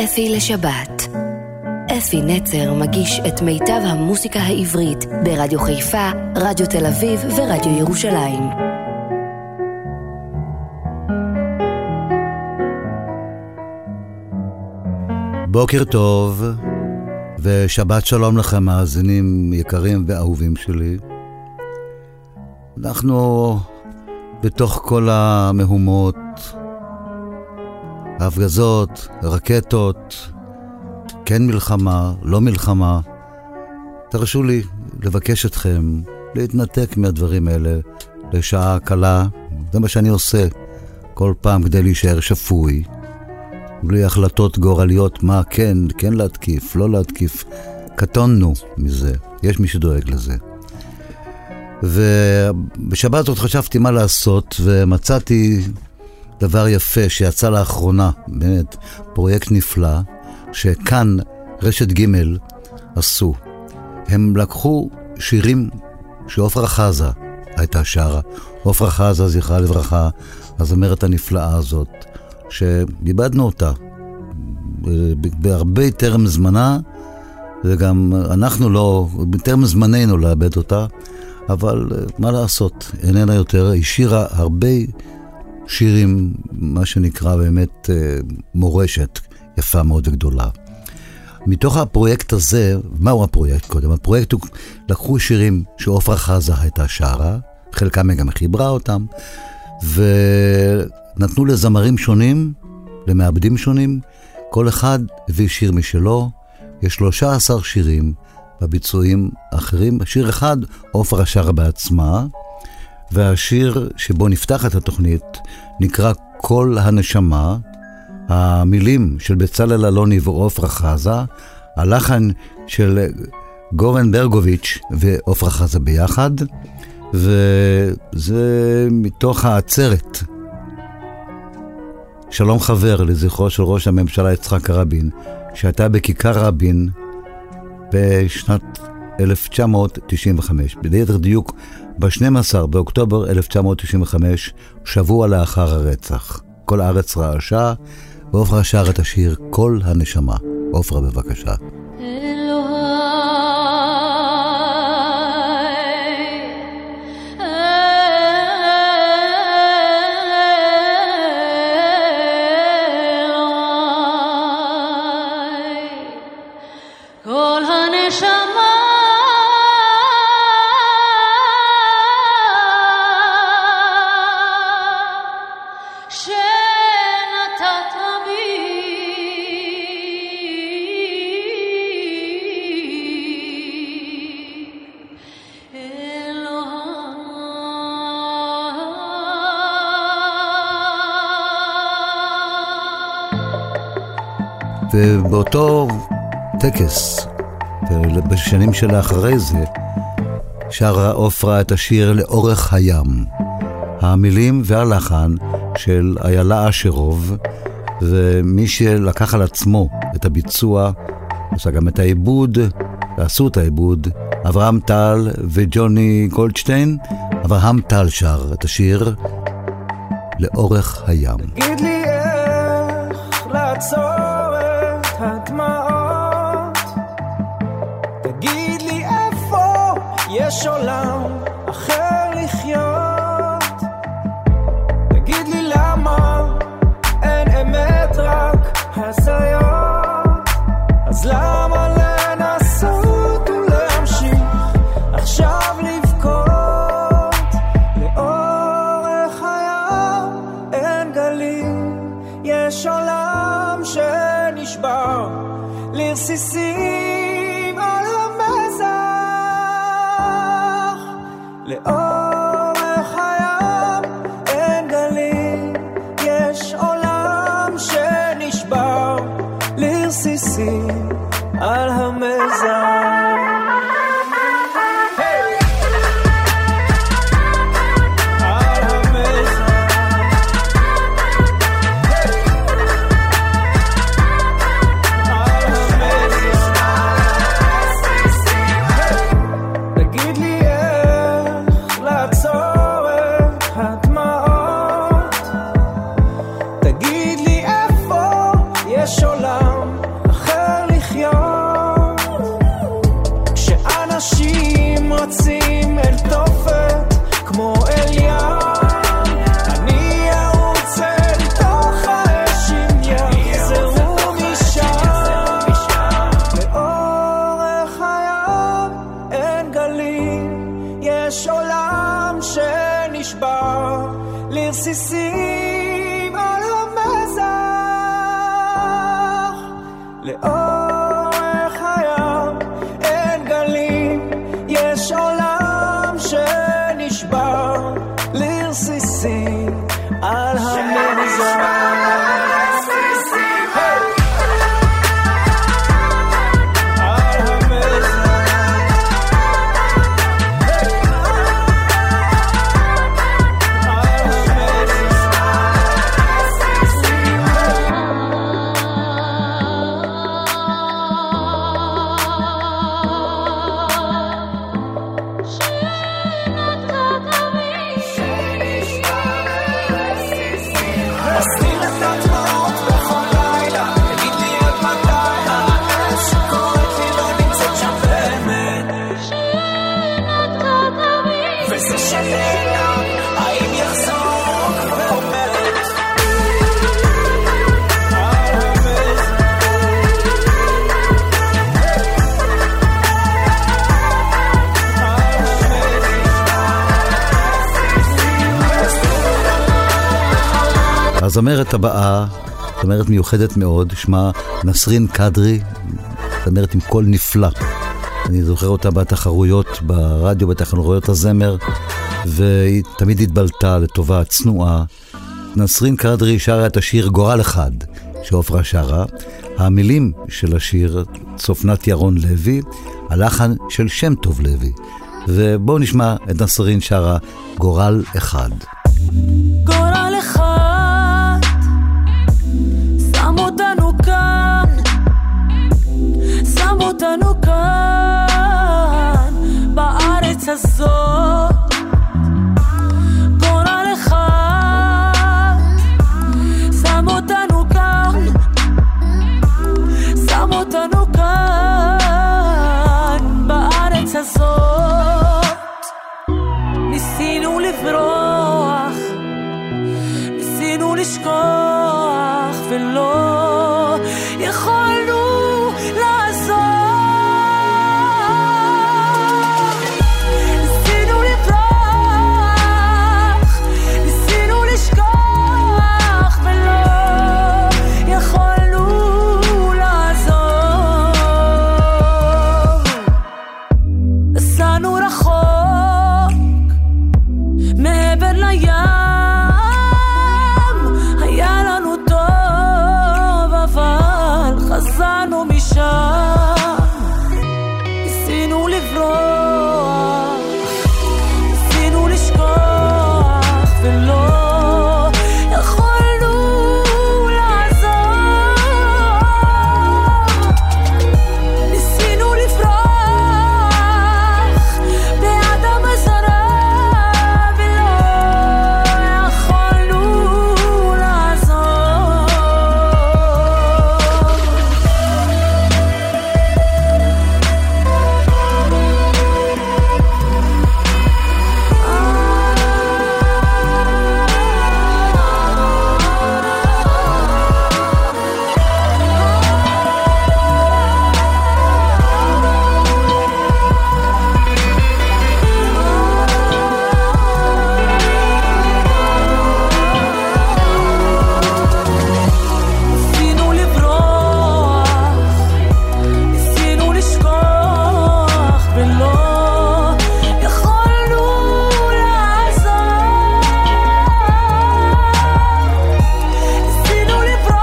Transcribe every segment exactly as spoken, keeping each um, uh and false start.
אפי לשבת. אפי נצר מגיש את מיטב המוסיקה העברית ברדיו חיפה, רדיו תל אביב ורדיו ירושלים. בוקר טוב ושבת שלום לכם מאזינים יקרים ואהובים שלי. אנחנו בתוך כל המהומות, ההפגזות, רקטות, כן מלחמה, לא מלחמה. תרשו לי לבקש אתכם להתנתק מהדברים האלה לשעה קלה. זה מה שאני עושה כל פעם כדי להישאר שפוי, בלי החלטות גורליות מה כן, כן להתקיף, לא להתקיף. קטוננו מזה, יש מי שדואג לזה. ובשבת זאת חשבתי מה לעשות, ומצאתי דבר יפה שיצא לאחרונה, באמת פרויקט נפלא, שכאן רשת ג' עשו. הם לקחו שירים שעופרה חזה הייתה שרה. עופרה חזה, זכרה לברכה, הזמרת הנפלאה הזאת, שדיבדנו אותה בהרבה טרם זמנה, וגם אנחנו לא, בטרם זמננו לאבד אותה, אבל מה לעשות, איננה יותר. היא שירה הרבה שירים, מה שנקרא באמת מורשת יפה מאוד וגדולה. מתוך הפרויקט הזה, מהו הפרויקט קודם? הפרויקט הוא, לקחו שירים שעופרה חזה הייתה שרה, חלקם גם חיברה אותם, ונתנו לזמרים שונים, למעבדים שונים, כל אחד הביא שיר משלו. יש שלושה עשר שירים בביצועים אחרים. שיר אחד עופרה שרה בעצמה, והשיר שבו נפתח את התוכנית נקרא כל הנשמה. המילים של בצלאל אלוני ועופרה חזה, הלחן של גורן ברגוביץ' ועופרה חזה ביחד, וזה מתוך העצרת שלום חבר לזכרו של ראש הממשלה יצחק רבין, שהייתה בכיכר רבין בשנת אלף תשע מאות תשעים וחמש, ביתר דיוק ב-שנים עשר באוקטובר אלף תשע מאות תשעים וחמש, שבוע לאחר הרצח. כל הארץ רעשה, ועופרה שר את השיר כל הנשמה. עופרה, בבקשה. ובאותו טקס, בשנים של האחרי זה, שרה עופרה את השיר לאורך הים. המילים והלחן של איילה אשרוב, ומי שלקח על עצמו את הביצוע, עשה גם את העיבוד, ועשו את העיבוד, אברהם טל וג'וני גולדשטיין. אברהם טל שר את השיר לאורך הים. תגיד לי איך לעצור הדמעות, תגיד לי איפה יש עולם אחר לחיות, תגיד לי למה אין אמת רק הזיות, אז למה לנסות ולהמשיך עכשיו לבכות? לאורך הים אין גלים, יש עולם שנשבר לרסיסים על המזח. לאורך הים אין גלים, יש עולם שנשבר לרסיסים על המזח. יש עולם הזמרת הבאה, זמרת מיוחדת מאוד, שמה נסרין קדרי, זמרת עם קול נפלא. אני זוכר אותה בתחרויות ברדיו, בתחרויות הזמר, והיא תמיד התבלטה לטובה, צנועה. נסרין קדרי שרה את השיר גורל אחד, שעופרה שרה. המילים של השיר, צופנת ירון לוי, הלחן של שם טוב לוי. ובואו נשמע את נסרין שרה גורל אחד. גורל אחד שם אותנו כאן, שם אותנו כאן בארץ הזאת. גורל אחד שם אותנו כאן, שם אותנו כאן בארץ הזאת. ניסינו לברוח, ניסינו לשכוח, ולא יכולנו לעזור. ניסינו לברוח, ניסינו לשכוח, ולא יכולנו לעזור. נסענו רחוק מעבר לים, היה לנו טוב, אבל חזרנו משם. ניסינו לברוח, ניסינו לשכוח, ולא יכולנו לעזור. ניסינו לברוח באדם הזרה, ולא יכולנו לעזור. ניסינו לברוח, ניסינו לשכוח, ולא יכולנו לעזור. ניסינו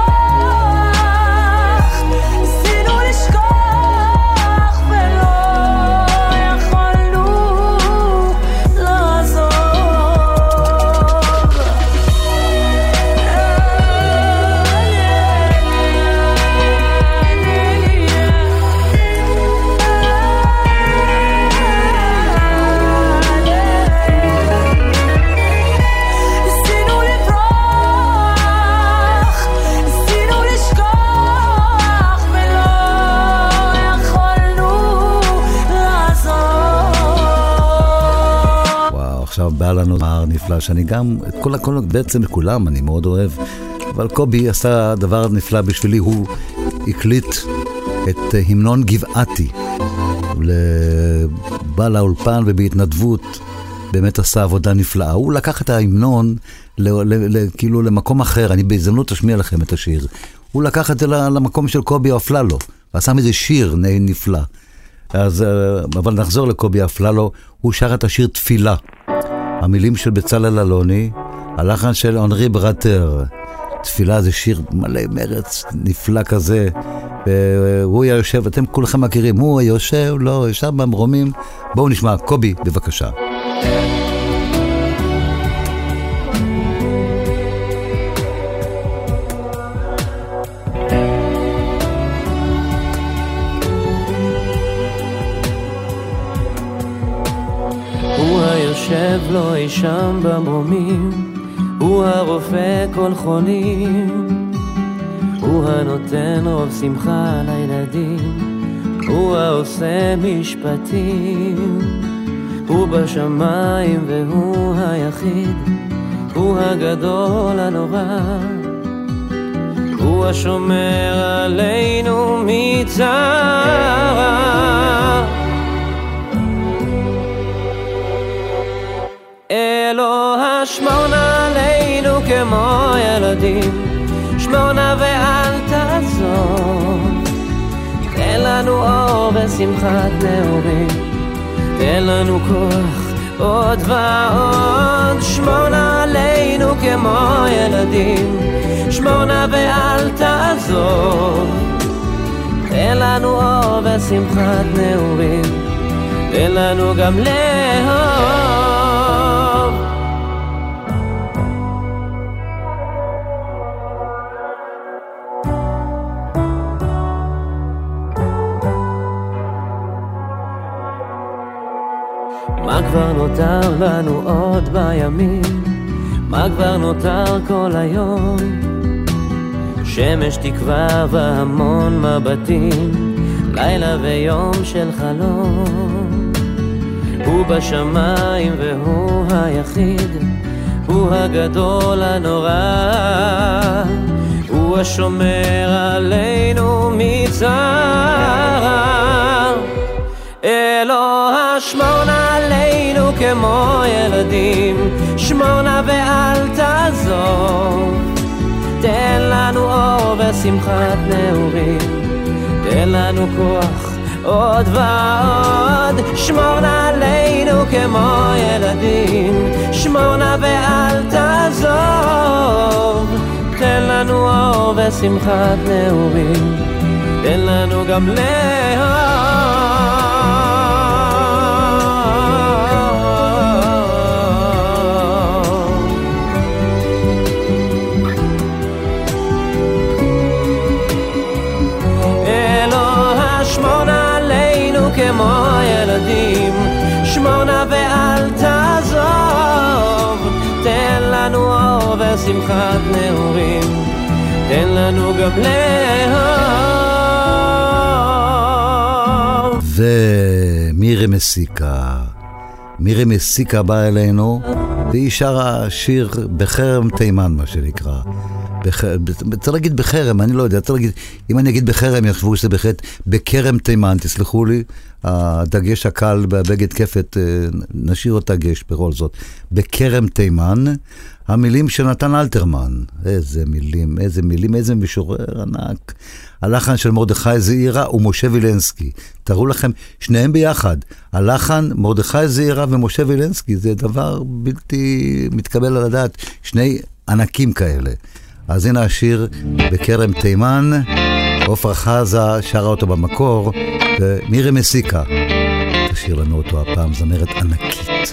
לברוח, ניסינו לשכוח, ולא יכולנו לעזור. ניסינו לברוח, ניסינו לשכוח, ולא יכולנו לעזור. וואו, עכשיו בא לנו מאמר נפלא, שאני גם, את כל הכל, בעצם לכולם אני מאוד אוהב, אבל קובי עשה דבר נפלא בשבילי, הוא הקליט את המנון גבעתי, בא לאולפן ובהתנדבות באמת עשה עבודה נפלאה. הוא לקח את ההמנון ל, ל, ל, כאילו למקום אחר, אני בהזדמנות אשמיע לכם את השיר. הוא לקח את זה למקום של קובי אפללו, ועשה מזה שיר נפלא. אז, אבל נחזור לקובי אפללו, הוא שר את השיר תפילה. המילים של בצלאל אלוני, הלחן של אנרי ברטר. תפילה זה שיר מלא מרץ, נפלא כזה. והוא היה יושב, אתם כולכם מכירים, הוא יושב, לא, יושב במרומים. בואו נשמע, קובי, בבקשה. הוא היושב לו אי שם במרומים, הוא הרופא כל חולים, הוא הנותן רוב שמחה לילדים, הוא העושה משפטים, הוא בשמיים והוא היחיד, הוא הגדול הנורא, הוא השומר עלינו מצרה. אלוה שמור עלינו כמו ילדים, שמור נא ואל תעזוב. תן לנו אור ושמחת נעורים, תן לנו כוח עוד ועוד. שמור נא עלינו כמו ילדים, שמור נא ואל תעזוב. תן לנו אור ושמחת נעורים, תן לנו גם לאהוב. מה כבר נותר לנו עוד בימים? מה כבר נותר כל היום? שמש תקווה והמון מבטים, לילה ויום של חלום. הוא בשמיים והוא היחיד, הוא הגדול הנורא, הוא השומר עלינו מצער. אלוה שמור נא עלינו כמו ילדים, שמור נא ואל תעזוב. תן לנו אור ושמחת נעורים, תן לנו כוח עוד ועוד. שמור נא עלינו כמו ילדים, שמור נא ואל תעזוב. תן לנו אור ושמחת נעורים, תן לנו גם לאהוב. כמו ילדים, שמור נא ואל תעזוב. תן לנו אור ושמחת נעורים, תן לנו גם לאהוב. ומירי מסיקה, מירי מסיקה באה אלינו, והיא שרה שיר בחרם תימן, מה שנקרא. צריך להגיד בחרם, אני לא יודע, צריך להגיד, אם אני אגיד בחרם יחשבו שזה בחטא, בקרם תימן, תסלחו לי, הדגש הקל בבגד כפת, נשאיר אותה גש בכל זאת, בקרם תימן, המילים של נתן אלתרמן, איזה מילים, איזה מילים, איזה משורר ענק, הלחן של מרדכי זעירה ומשה וילנסקי, תראו לכם, שניהם ביחד, הלחן מרדכי זעירה ומשה וילנסקי, זה דבר בלתי מתקבל על הדעת, שני ענקים כאלה. אז הנה השיר בקרם תימן, עופרה חזה שרה אותו במקור, ומירי מסיקה תשאיר לנו אותו הפעם, זמרת ענקית.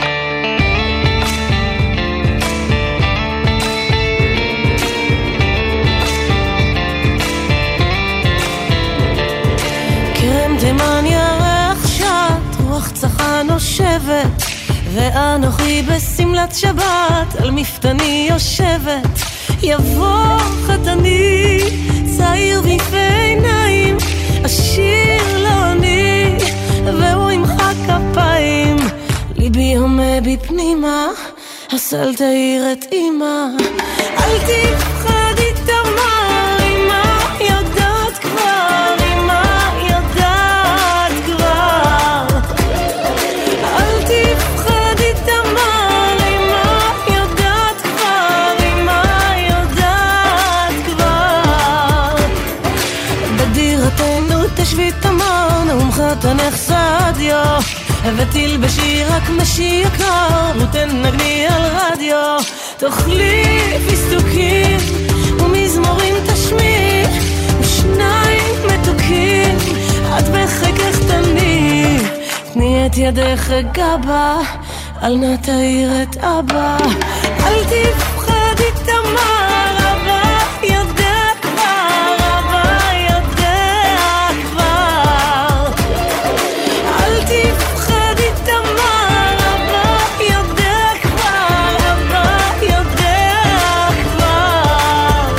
קרם תימן ירח שט, רוח צחה נושבת, ואנוכי בסמלת שבת על מפתני יושבת. יבוא חתני צעיר ויפה עיניים, השיר לעוני והוא ימחא כפיים. ליבי הומה בפנימה, הסל תאיר את אמא. אל תפחדי תמר, אמא יודעת כבר, אמא יודעת כבר. אל תפחדי תמר, אמא יודעת כבר, אמא יודעת כבר. בדירתנו תשבי תמר, נאום חתנך סעדיו, ותלבשי רק משי יקר, ותנגני על רדיו. תאכלי פיסטוקים ומזמורים תשמיעי, ושניים מתוקים את בחיקך תני. תני את ידך גבה, אל נא תאיר את אבא. אל תפחדי תמר, אבא יודע כבר, אבא יודע כבר. אל תפחדי תמר, אבא יודע כבר, אבא יודע כבר.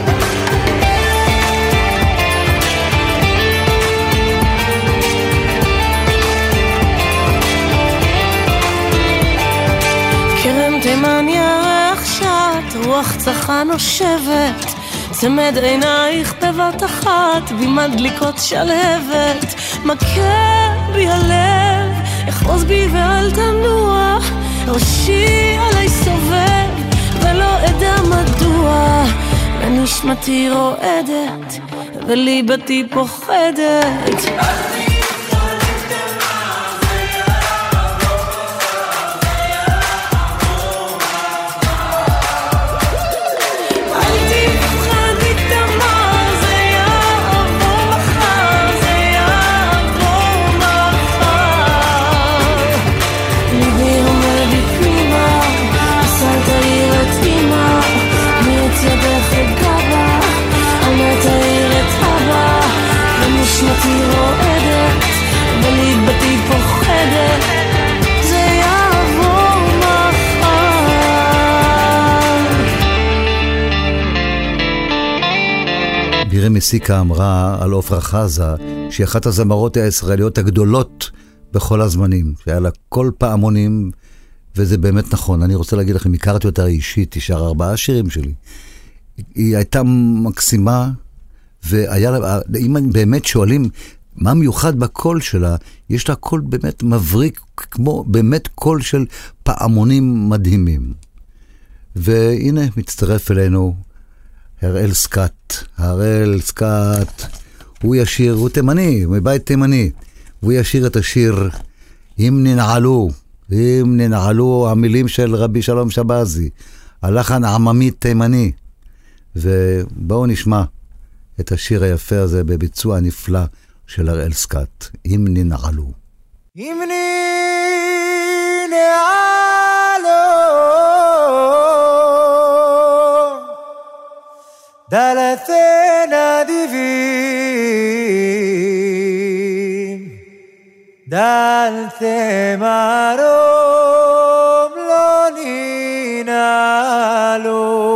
קרם תימן ירח שט, רוח צחה נושבת, צמד עינייך בבת אחת, במדליקות שלהבת. מכה בי הלב, אחוז בי ואל תנוע, ראשי עלי סובב, ולא אדע מדוע, ונשמתי רועדת וליבתי פוחדת. נשמתי רועדת וליבתי פוחדת, זה יעבור מחר. בירי מסיקה אמרה על עופרה חזה שהיא אחת הזמרות הישראליות הגדולות בכל הזמנים, שהיה לה כל פעמונים, וזה באמת נכון. אני רוצה להגיד לכם, הכרתי אותה אישית, היא שרה ארבעה שירים שלי. היא הייתה מקסימה, והיה לה, אם באמת שואלים מה מיוחד בקול שלה, יש לה קול באמת מבריק, כמו באמת קול של פעמונים מדהימים. והנה מצטרף אלינו הראל סקאט. הראל סקאט, הוא ישיר, הוא תימני, מבית תימני, והוא ישיר את השיר אם ננעלו, אם ננעלו, המילים של רבי שלום שבזי, הלחן עממי תימני. ובואו נשמע את השיר היפה הזה בביצוע נפלא של הראל סקאט, אם ננעלו. אם ננעלו דלתי נדיבים דלתי מרום לא ננעלו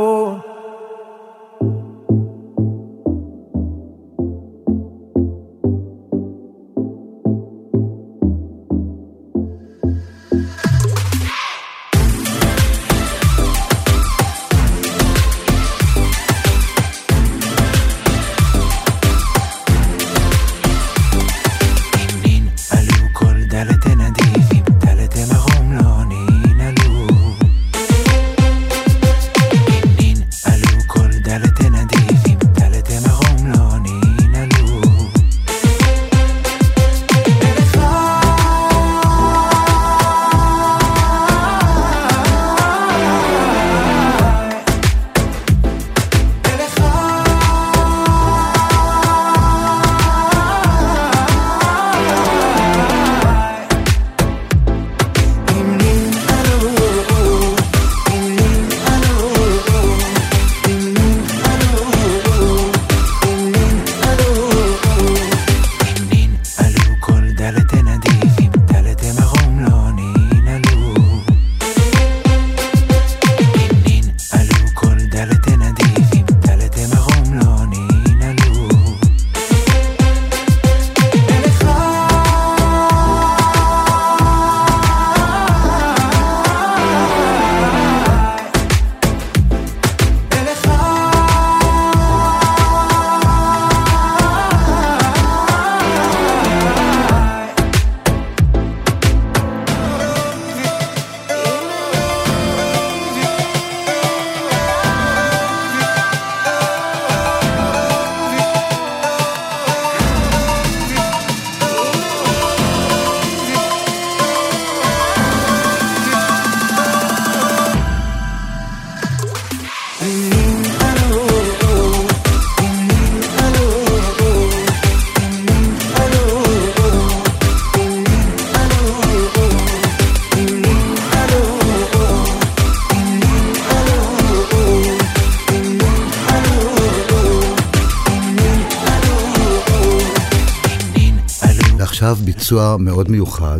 עכשיו ביצוע מאוד מיוחד,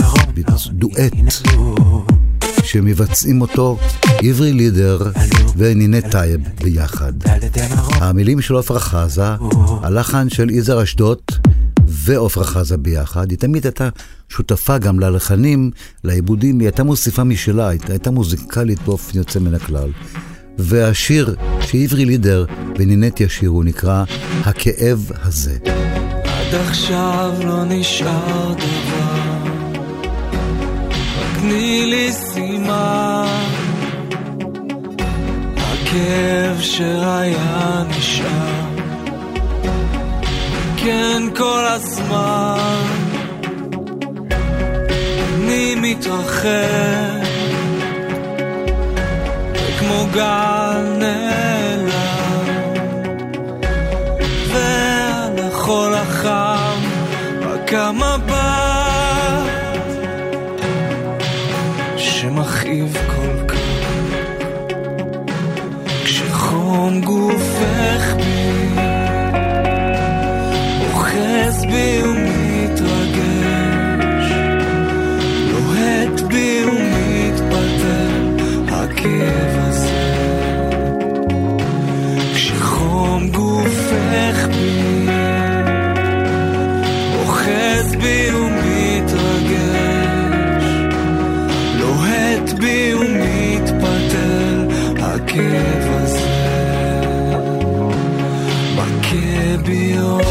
דואט, שמבצעים אותו עברי לידר ונינת טייב ביחד. המילים של עופרה חזה, הלחן של יזהר אשדוד ועופרה חזה ביחד. היא תמיד הייתה שותפה גם ללחנים, לעיבודים, היא הייתה מוסיפה משלה, היא הייתה מוזיקלית באופן יוצא מן הכלל. והשיר שעברי לידר ונינת ישירו נקרא הכאב הזה. עד עכשיו לא נשאר דבר, רק תני לי סימן, הכאב שהיה נשאר, כן כל הזמן אני מתרחב כמו גל נעלם, ועל החול החם רק המבט שמכאיב כל כך, כשחום גופך בי אוחז בי ומתרגש, לוהט בי ומתפטר הכאב הזה, כשחום גופך בי אוחז בי ומתרגש, לוהט בי ומתפטר הכאב הזה, מכה בי אור.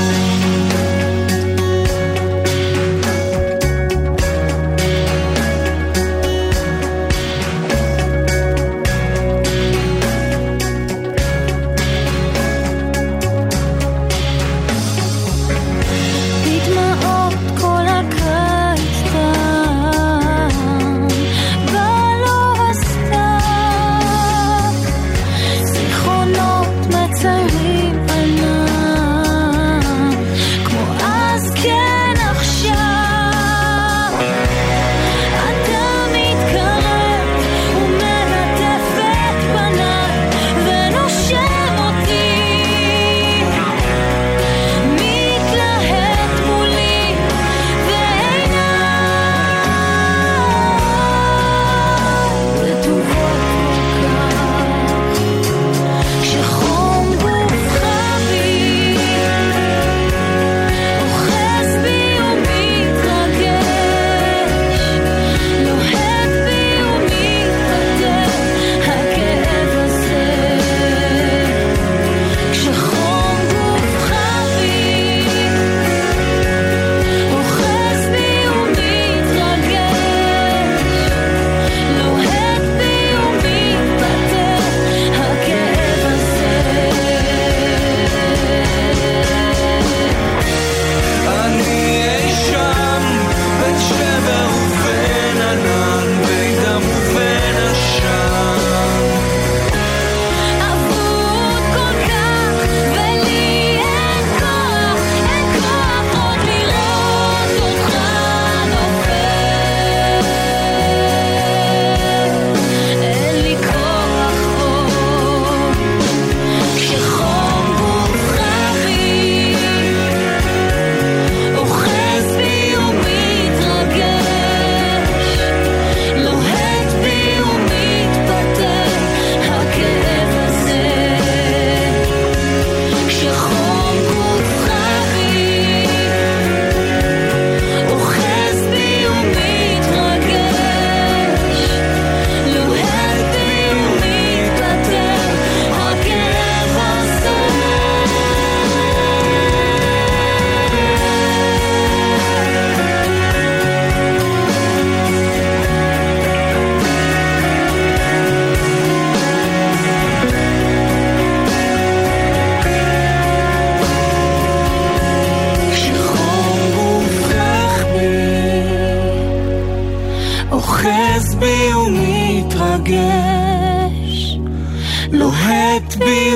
לוהט בי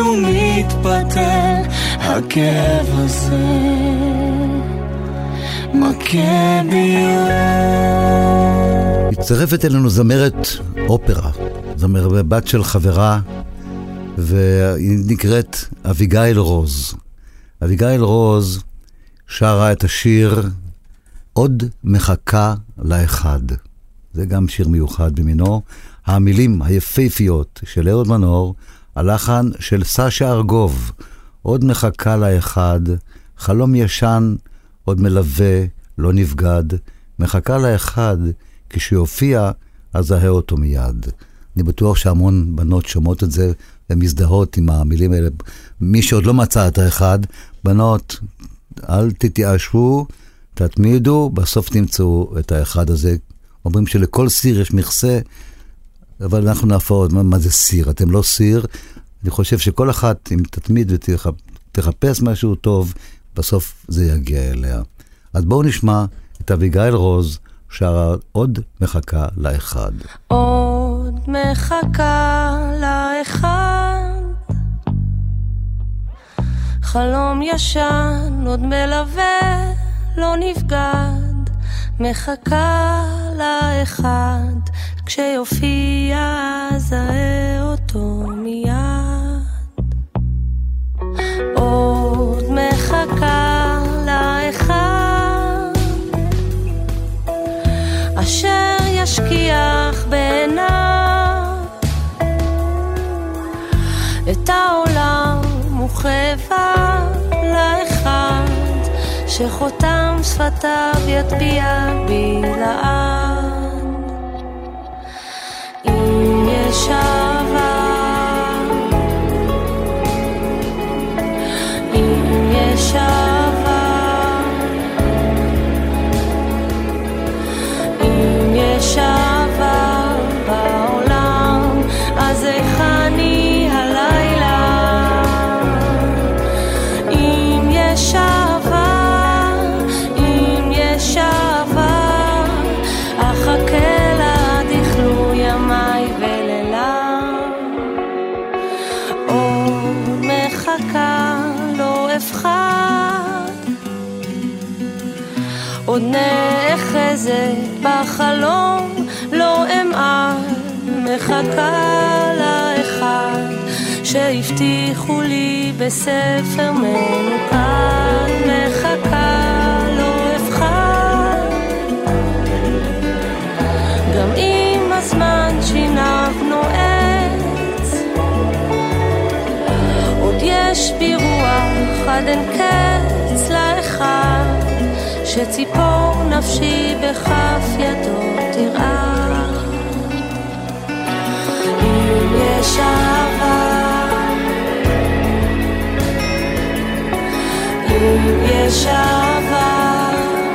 ומתפתל הכאב הזה מכה בי. מצטרפת אלינו זמרת אופרה, זמרת בת של חברה, והיא נקראת אביגיל רוז. אביגיל רוז שרה את השיר עוד מחכה לאחד. זה גם שיר מיוחד במינו. המילים היפהפיות של אהוד מנור, הלחן של סשה ארגוב. עוד מחכה לאחד, חלום ישן, עוד מלווה, לא נבגד. מחכה לאחד, כשיופיע, אזהה אותו מיד. אני בטוח שהמון בנות שומעות את זה ומזדהות עם המילים האלה. מי שעוד לא מצא את האחד, בנות, אל תתייאשו, תתמידו, בסוף תמצאו את האחד הזה. אומרים שלכל סיר יש מכסה, אבל אנחנו נהפוך, מה, מה זה סיר? אתם לא סיר. אני חושב שכל אחת, אם תתמיד ותחפש משהו טוב, בסוף זה יגיע אליה. אז בואו נשמע את אביגיל רוז, שרה עוד מחכה לאחד. עוד מחכה לאחד, חלום ישן עוד מלווה, לא נבגד, מחכה לאחד, כשיופיע זהה אותו מיד. עוד מחכה לאחד, אשר ישכיח בעיניו את העולם וכאבה לאחד, שחותם שפתיו יטביע בי לעד. אם יש אהבה, אם יש אהבה, אם יש אהבה בעולם, אז איך אני הלילה? אם יש אהבה, אם יש אהבה, אחכה לה דכלו ימי ולילה. עוד מחכה לא אפחד, עוד נאחזת בחלום לא אמעד, מחכה לאחד שהבטיחו לי בספר מנוקד, מחכה לא אפחד, גם אם הזמן שיניו נועץ, עוד יש בי רוח עד אין קץ לאחד, שציפור נפשי בכף ידו תראה. אם יש אהבה, אם יש אהבה,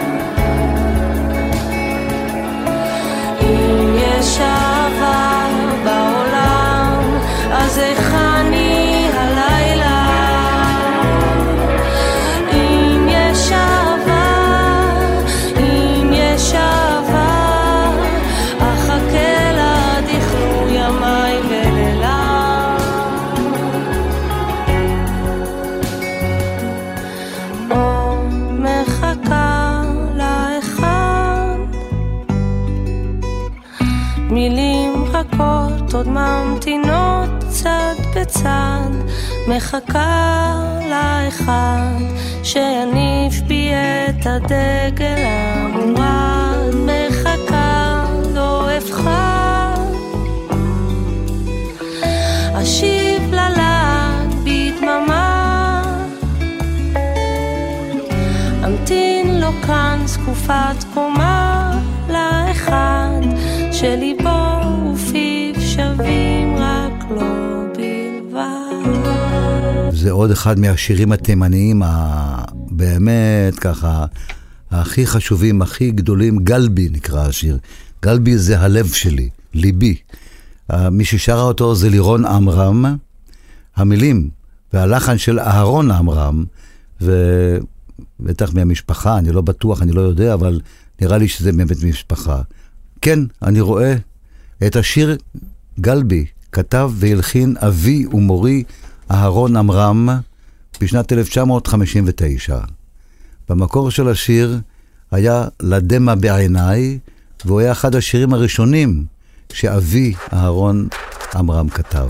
אם יש אהבה בעולם, אז איך אני הלילה? אם יש אהבה, אם יש אהבה, אחכה לה דכלו ימי ולילה. עוד מחכה לאחד, מילים רכות עוד ממתינות צד בצד, מחכה לאחד שיניף בי את הדגל המורד, מחכה לא אפחד, אשיב ללעד בדממה, אמתין לו כאן זקופת קומה לאחד, שליבו ופיו שווים רק לו בלבד. זה עוד אחד מהשירים התימניים באמת ככה הכי חשובים, הכי גדולים. גלבי נקרא השיר. גלבי זה הלב שלי, ליבי. מי ששרה אותו זה לירון עמרם, המילים והלחן של אהרון עמרם, ובטח מהמשפחה, אני לא בטוח, אני לא יודע, אבל נראה לי שזה באמת משפחה. כן, אני רואה את השיר גלבי, כתב והלחין אבי ומורי אהרון עמרם בשנת אלף תשע מאות חמישים ותשע. במקור של השיר היה לדמה בעיניי, והוא היה אחד השירים הראשונים שאבי אהרון עמרם כתב.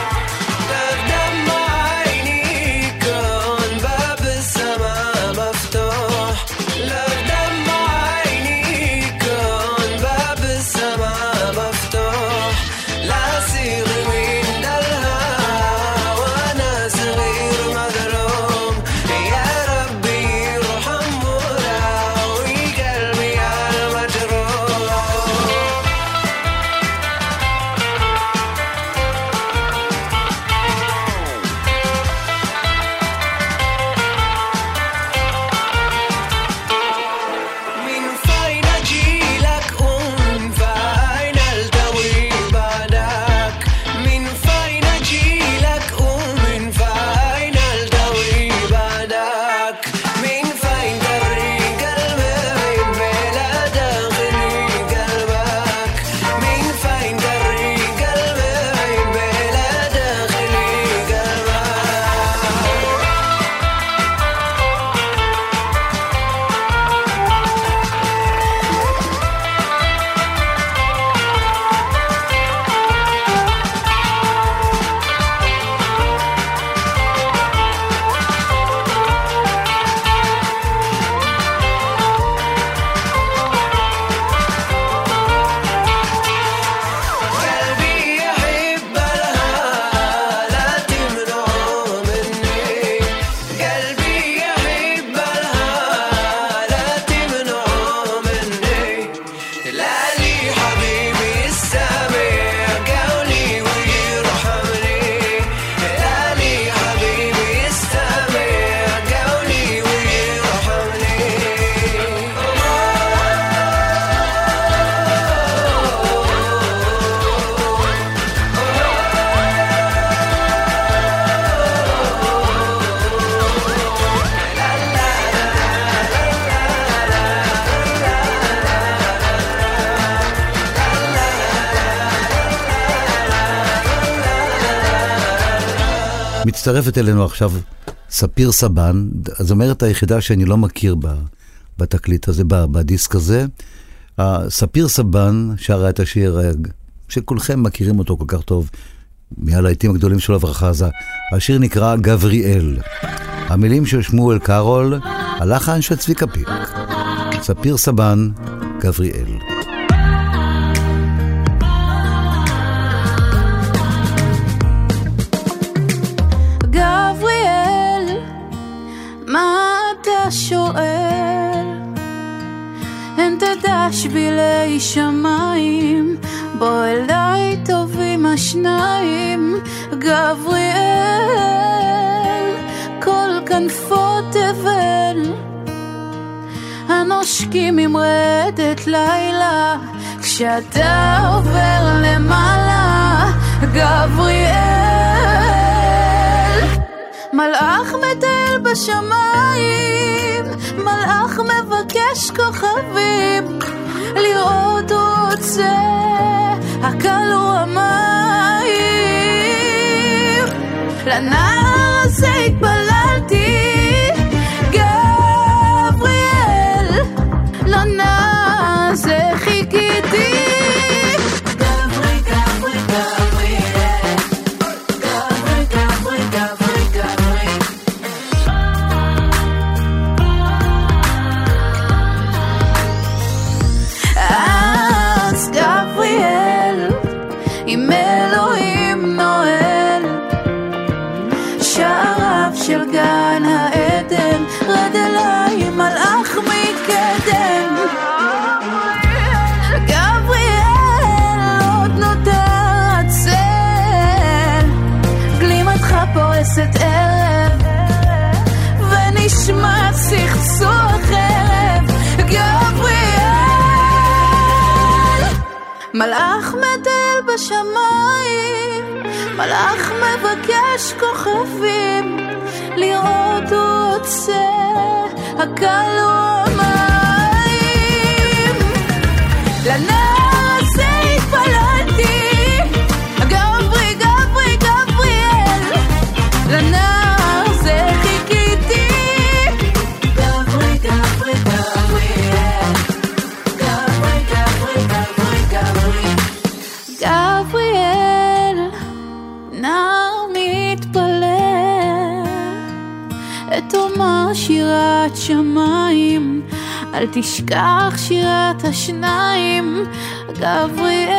דמה עיני כאן בבשמה מצטרפת אלינו עכשיו ספיר סבן, זאת אומרת היחידה שאני לא מכיר בתקליט הזה, בדיסק הזה. ספיר סבן שרה את השיר שכולכם מכירים אותו כל כך טוב, מהלהיטים הגדולים של אברכה עזה. השיר נקרא גבריאל. המילים של שמואל קארול, הלחן של צביקה פיק. ספיר סבן, גבריאל. מה אתה שואל? אין תדע שבילי שמיים, בוא אליי טובים השניים. גבריאל, כל כנפות תבל, הנושקים עם רדת לילה, כשאתה עובר למעלה. גבריאל, מלאך מטייל בשמיים, מלאך מבקש כוכבים, לראות רוצה הקל הוא המים. לנער הזה התפללתי, גבריאל, לנער הזה חיכיתי. גן העדן, רד אליי מלאך מקדם. גבריאל, עוד נותר הצל, גלימתך פורסת ערב, ונשמע סכסוך ערב. גבריאל, מלאך מטייל בשמיים, מלאך מבקש כוכבים, לראות רוצה הקל הוא המים. לנער הזה התפללתי, גברי גברי גבריאל, לנער הזה חיכיתי. גברי גברי גבריאל, גברי גברי גברי גברי גבריאל, נער מתפלל, תאמר שירת שמיים, אל תשכח שירת השניים. גבריאל.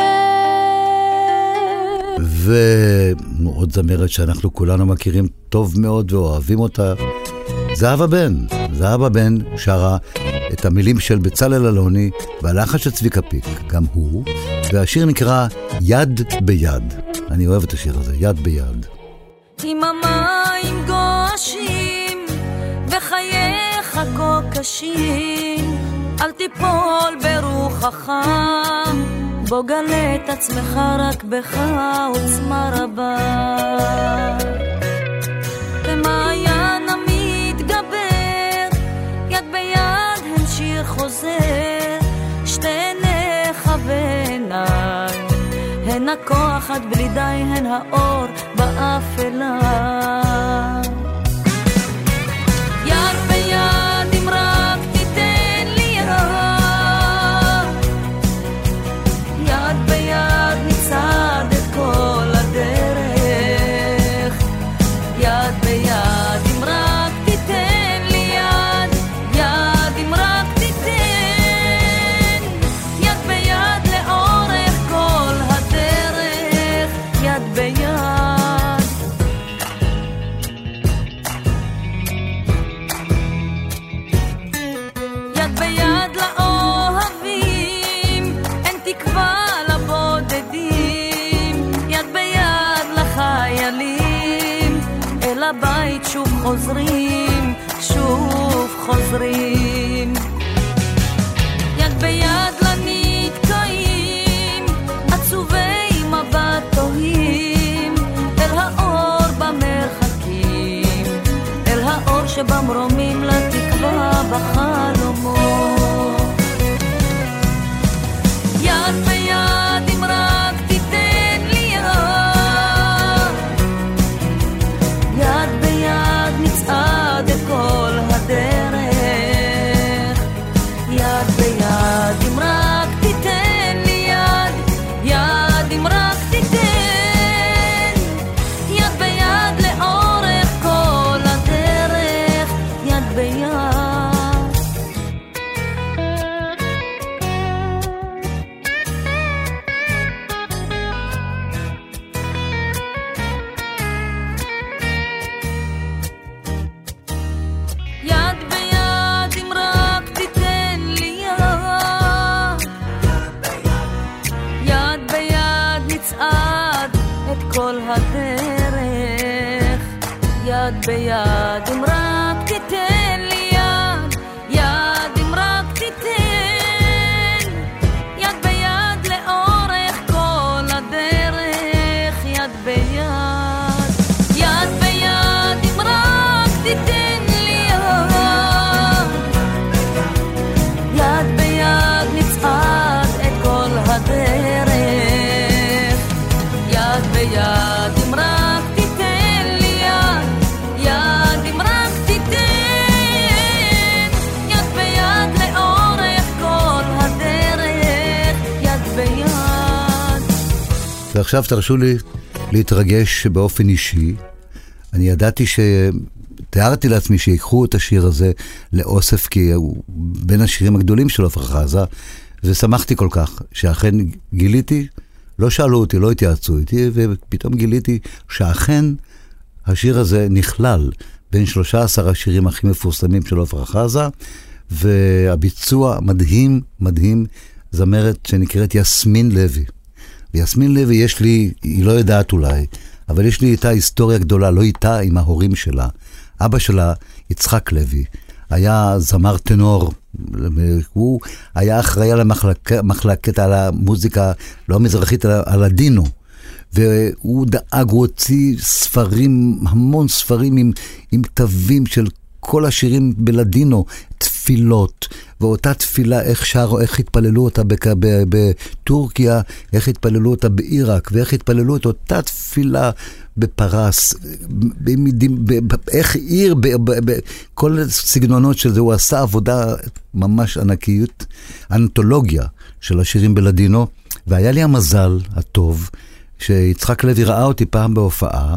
ועוד זמרת שאנחנו כולנו מכירים טוב מאוד ואוהבים אותה, זהבה בן. זהבה בן שרה את המילים של בצלאל אלוני והלחן של צביקה פיק, גם הוא, והשיר נקרא יד ביד. אני אוהב את השיר הזה, יד ביד. עם המים גועשים וחייך כה קשים, אל תיפול ברוחך, בוא גלה את עצמך, רק בך עוצמה רבה. במעיין המתגבר, יד ביד הן שיר חוזר, שתי עיניך ועיניי, הן הכוח עד בלי די, הן האור באפלה. יד ביד אם רק תיתן לי יד, יד ביד נצעד את כל הדרך, יד ביד אם רק תיתן לי יד, יד אם רק תיתן, יד ביד לאורך כל הדרך, יד ביד. חוזרים, שוב חוזרים. יד ביד לנתקעים, עצובי מבט תוהים, אל האור במרחקים, אל האור שבמרומים לתקווה בחלומות. יד ביד אם רק תיתן לי יד, יד ביד נצעד את כל הדרך. יד ביד אם רק תיתן לי יד, יד אם רק תיתן, יד ביד לאורך כל הדרך. יד ביד יד ביד אם רק תיתן לי יד, יד ביד נצעד את כל הדרך. יד ביד אם רק תיתן לי יד, יד אם רק תיתן, יד ביד לאורך כל הדרך. יד ביד, יד ביד אם רק תיתן לי יד, יד ביד נצעד את כל הדרך. יד ביד אם רק תיתן לי יד, יד אם רק תיתן, יד ביד לאורך כל הדרך. יד ביד. ועכשיו תרשו לי להתרגש באופן אישי. אני ידעתי ש... תיארתי לעצמי שיקחו את השיר הזה לאוסף, כי הוא בין השירים הגדולים של עופרה חזה, ושמחתי כל כך שאכן גיליתי, לא שאלו אותי, לא התייעצו איתי, ופתאום גיליתי שאכן השיר הזה נכלל בין שלושה עשר השירים הכי מפורסמים של עופרה חזה, והביצוע מדהים, מדהים, זמרת שנקראת יסמין לוי. ויסמין לוי יש לי, היא לא יודעת אולי, אבל יש לי איתה היסטוריה גדולה, לא איתה, עם ההורים שלה. אבא שלה, יצחק לוי, היה זמר טנור, הוא היה אחראי על המחלקת, על המוזיקה, לא המזרחית, על הדינו, והוא דאג, הוא הוציא ספרים, המון ספרים עם, עם כתבים של כל השירים בלדינו, תפילות, ואותה תפילה, איך שרו, איך התפללו אותה בטורקיה, איך התפללו אותה בעיראק, ואיך התפללו את אותה תפילה בפרס, איך עיר, בכל סגנונות שזה, הוא עשה עבודה ממש ענקיות, אנתולוגיה של השירים בלדינו, והיה לי המזל הטוב, שיצחק לוי ראה אותי פעם בהופעה,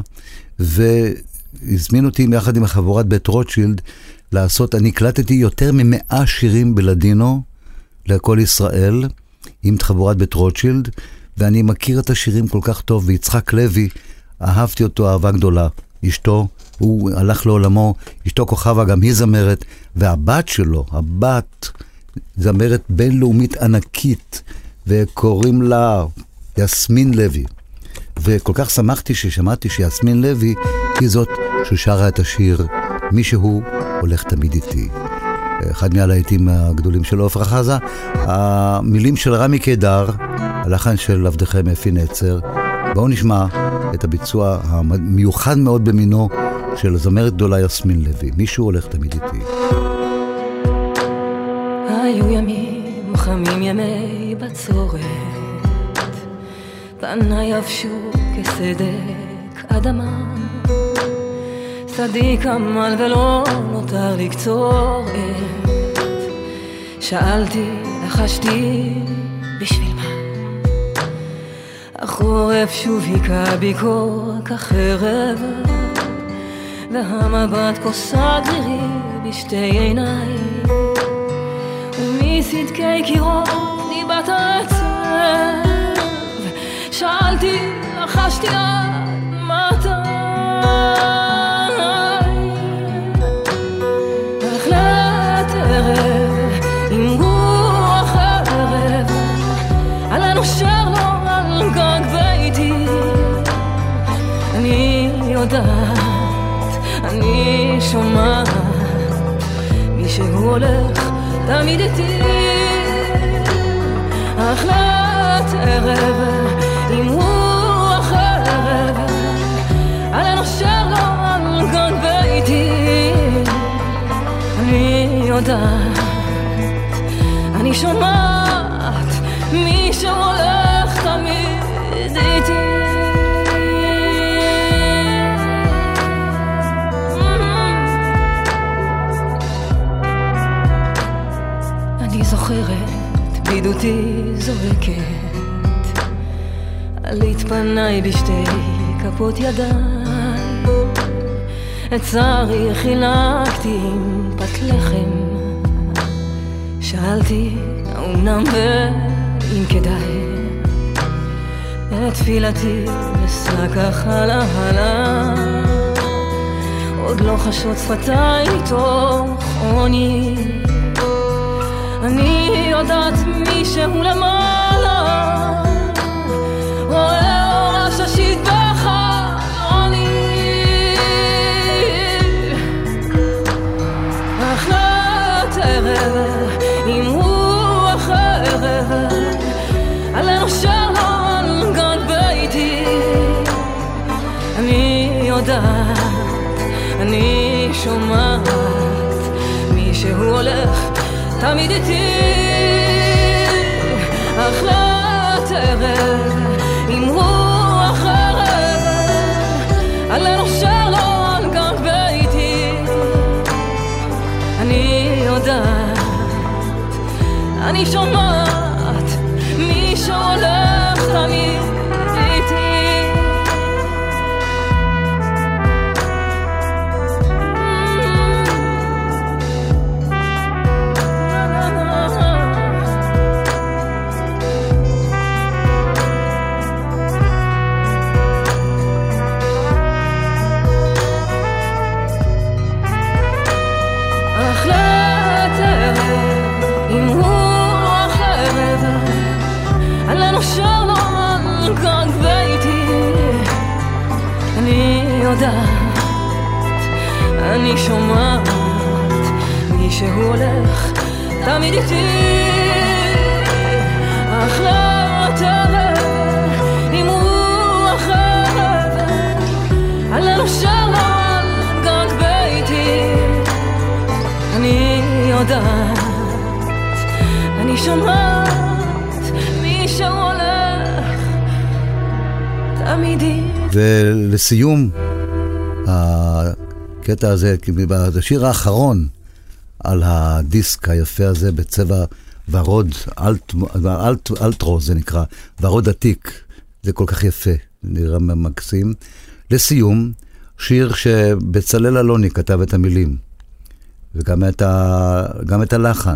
והזמין אותי יחד עם החבורת בית רוטשילד, לעשות, אני הקלטתי יותר ממאה שירים בלדינו, לכל ישראל, עם חבורת בית רוטשילד, ואני מכיר את השירים כל כך טוב, ויצחק לוי, אהבתי אותו אהבה גדולה. אשתו, הוא הלך לעולמו, אשתו כוכבה, גם היא זמרת, והבת שלו, הבת, זמרת בינלאומית ענקית, וקוראים לה יסמין לוי. וכל כך שמחתי ששמעתי שיסמין לוי היא זאת ששרה את השיר מישהו הולך תמיד איתי. אחד מהלהיטים הגדולים של עופרה חזה, המילים של רמי קידר, הלחן של עבדכם אפי נצר. בואו נשמע את הביצוע המיוחד מאוד במינו של זמרת גדולה יסמין לוי, מישהו הולך תמיד איתי. היו ימים חמים, ימי בצורת, פניי יבשו כסדק אדמה, צדיק עמל ולא נותר לקצור עת. שאלתי, לחשתי, בשביל מה? החורף שוב היכה בי כחרב, והמבט כוסה דרירי בשתי עיניי, ומסדקי קירות ניבט העצב. שאלתי, לחשתי עד מתי? בהחלט ערב עם רוח הערב, עלינו שר לו על גג ביתי. אני יודעת, אני שומעת מישהו הולך תמיד איתי אחלת ערב עם רוח ערב על הנושר לו על גג ביתי אני יודעת אני שומעת מישהו הולך תמיד איתי אני זוכרת בידותי זורקת עלית פניי בשתי כפות ידיי את צערי חילקתי עם פת לחם שאלתי אמנם ואם כדאי את תפילתי לשק החלה הלה עוד לא חשות שפתיי תוך עוני אני יודעת מישהו למעלה רואה אור הששית בחלוני אחלת ערב עם רוח ערב על הנושר על גג ביתי אני יודעת אני שומעת מישהו הולך תמיד איתי אחלת ערב עם רוח ערב על הנושר על גג ביתי אני יודעת אני שומעת מי שהולך תמיד איתי אני שומעת מישהו הולך תמיד איתי אחלת ערב עם רוח ערב על הנושר על גג ביתי אני יודעת אני שומעת מישהו הולך תמיד איתי ולסיום הקטע הזה, בשיר האחרון על הדיסק היפה הזה בצבע ורוד, אלט, אלט, אלטרו זה נקרא, ורוד עתיק, זה כל כך יפה, נראה מקסים. לסיום, שיר שבצלאל אלוני כתב את המילים, וגם את, ה, גם את הלחן,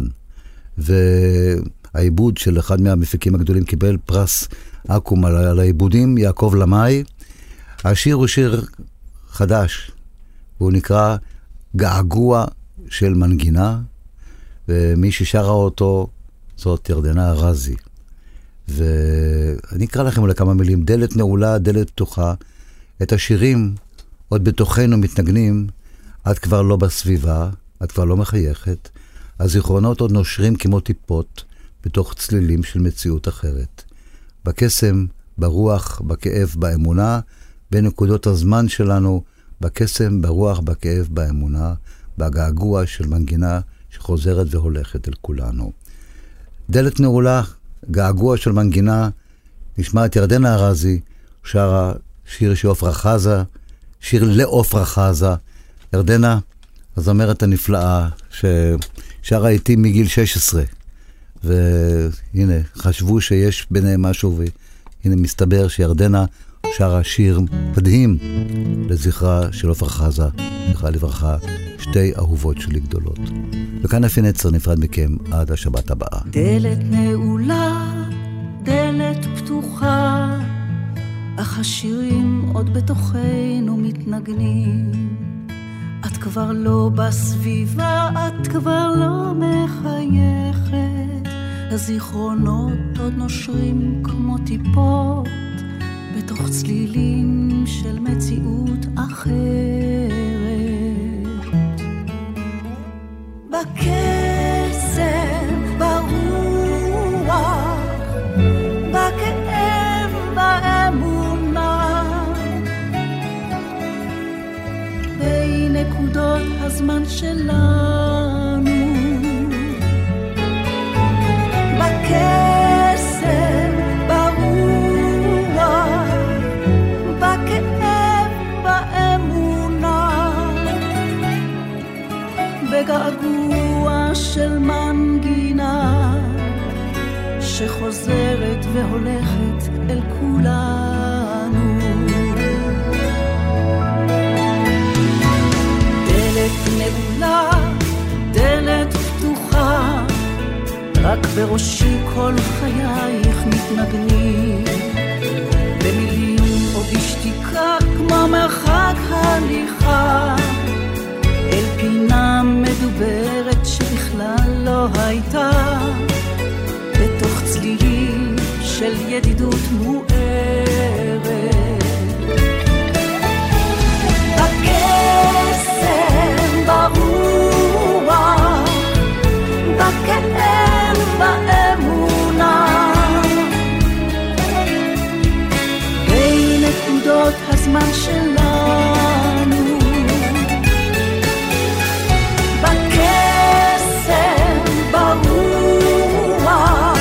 והעיבוד של אחד מהמפיקים הגדולים קיבל פרס אקו"ם על, על העיבודים, יעקב למאי. השיר הוא שיר חדש, הוא נקרא געגוע של מנגינה, ומי ששרה אותו זאת ירדנה ארזי. ואני אקרא לכם אולי כמה מילים, דלת נעולה, דלת פתוחה, את השירים עוד בתוכנו מתנגנים, את כבר לא בסביבה, את כבר לא מחייכת, הזיכרונות עוד נושרים כמו טיפות, בתוך צלילים של מציאות אחרת. בקסם, ברוח, בכאב, באמונה, בנקודות הזמן שלנו, בקסם, ברוח, בכאב, באמונה, בגעגוע של מנגינה שחוזרת והולכת אל כולנו. דלת נעולה, געגוע של מנגינה, נשמע את ירדנה ארזי, שרה שיר שעופרה חזה, שיר לעופרה חזה. ירדנה, הזמרת הנפלאה, ששרה איתי מגיל שש עשרה, והנה, חשבו שיש ביניהם משהו, והנה מסתבר שירדנה שרה שיר מדהים לזכרה של עופרה חזה, זכרה לברכה, שתי אהובות שלי גדולות. וכאן אפי נצר נפרד מכם עד השבת הבאה. דלת נעולה, דלת פתוחה, אך השירים עוד בתוכנו מתנגנים. את כבר לא בסביבה, את כבר לא מחייכת, הזיכרונות עוד נושרים כמו טיפות, בתוך צלילים של מציאות אחרת. בקסם, ברוח, בכאב, באמונה, בנקודות הזמן שלנו, בקסם, ברוח, בכאב, באמונה, בגעגוע של מנגינה שחוזרת והולכת אל כולנו. דלת נעולה, דלת פתוחה, רק בראשי כל חייך מתנגנים, במילים או בשתיקה כמו מרחק הליכה, אל פינה מדוברת שבכלל לא הייתה, בתוך צלילים של ידידות מוארת. בקסם, ברוח, בכאב, באמונה, בין נקודות הזמן שלנו, בקסם, ברוח,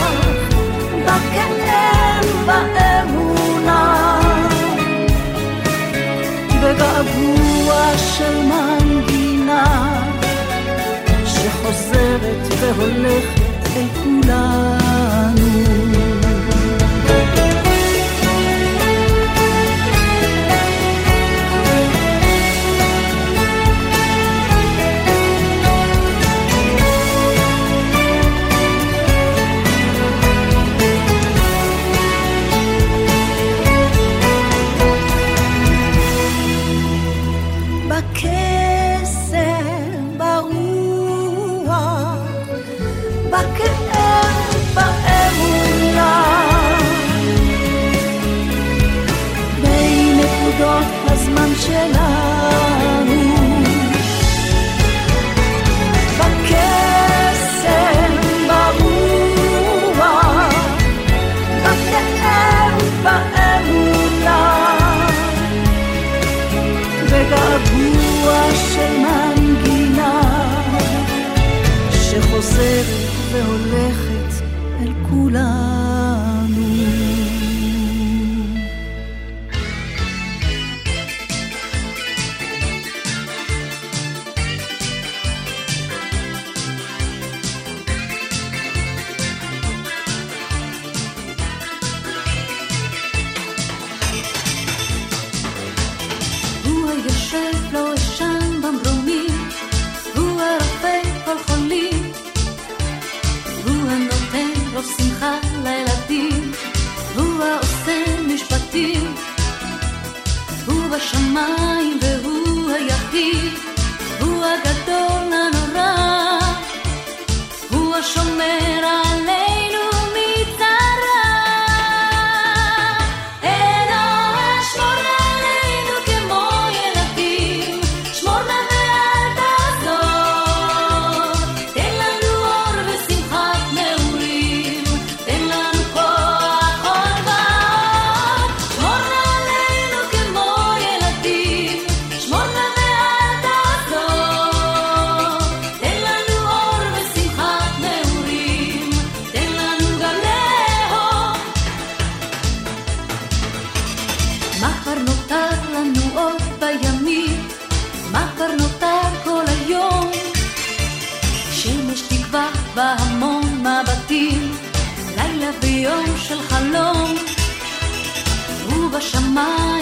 בכאב, באמונה, בגעגוע של מנגינה שחוזרת והולכת אל כולנו. הזמן שלנו, בקסם, ברוח, בכאב, באמונה, בגעגוע של מנגינה שחוזרת והולכת אל כולנו. לא ישן במרומים, הוא הרפא כל חולים, הוא הנותן רוב שמחה לילדים, הוא העושה משפטים, הוא בשמיים והוא היחיד, הוא הגדול הנורא, הוא השומר עלינו מצרה. בהמון מבטים, לילה ויום של חלום, ובשמיים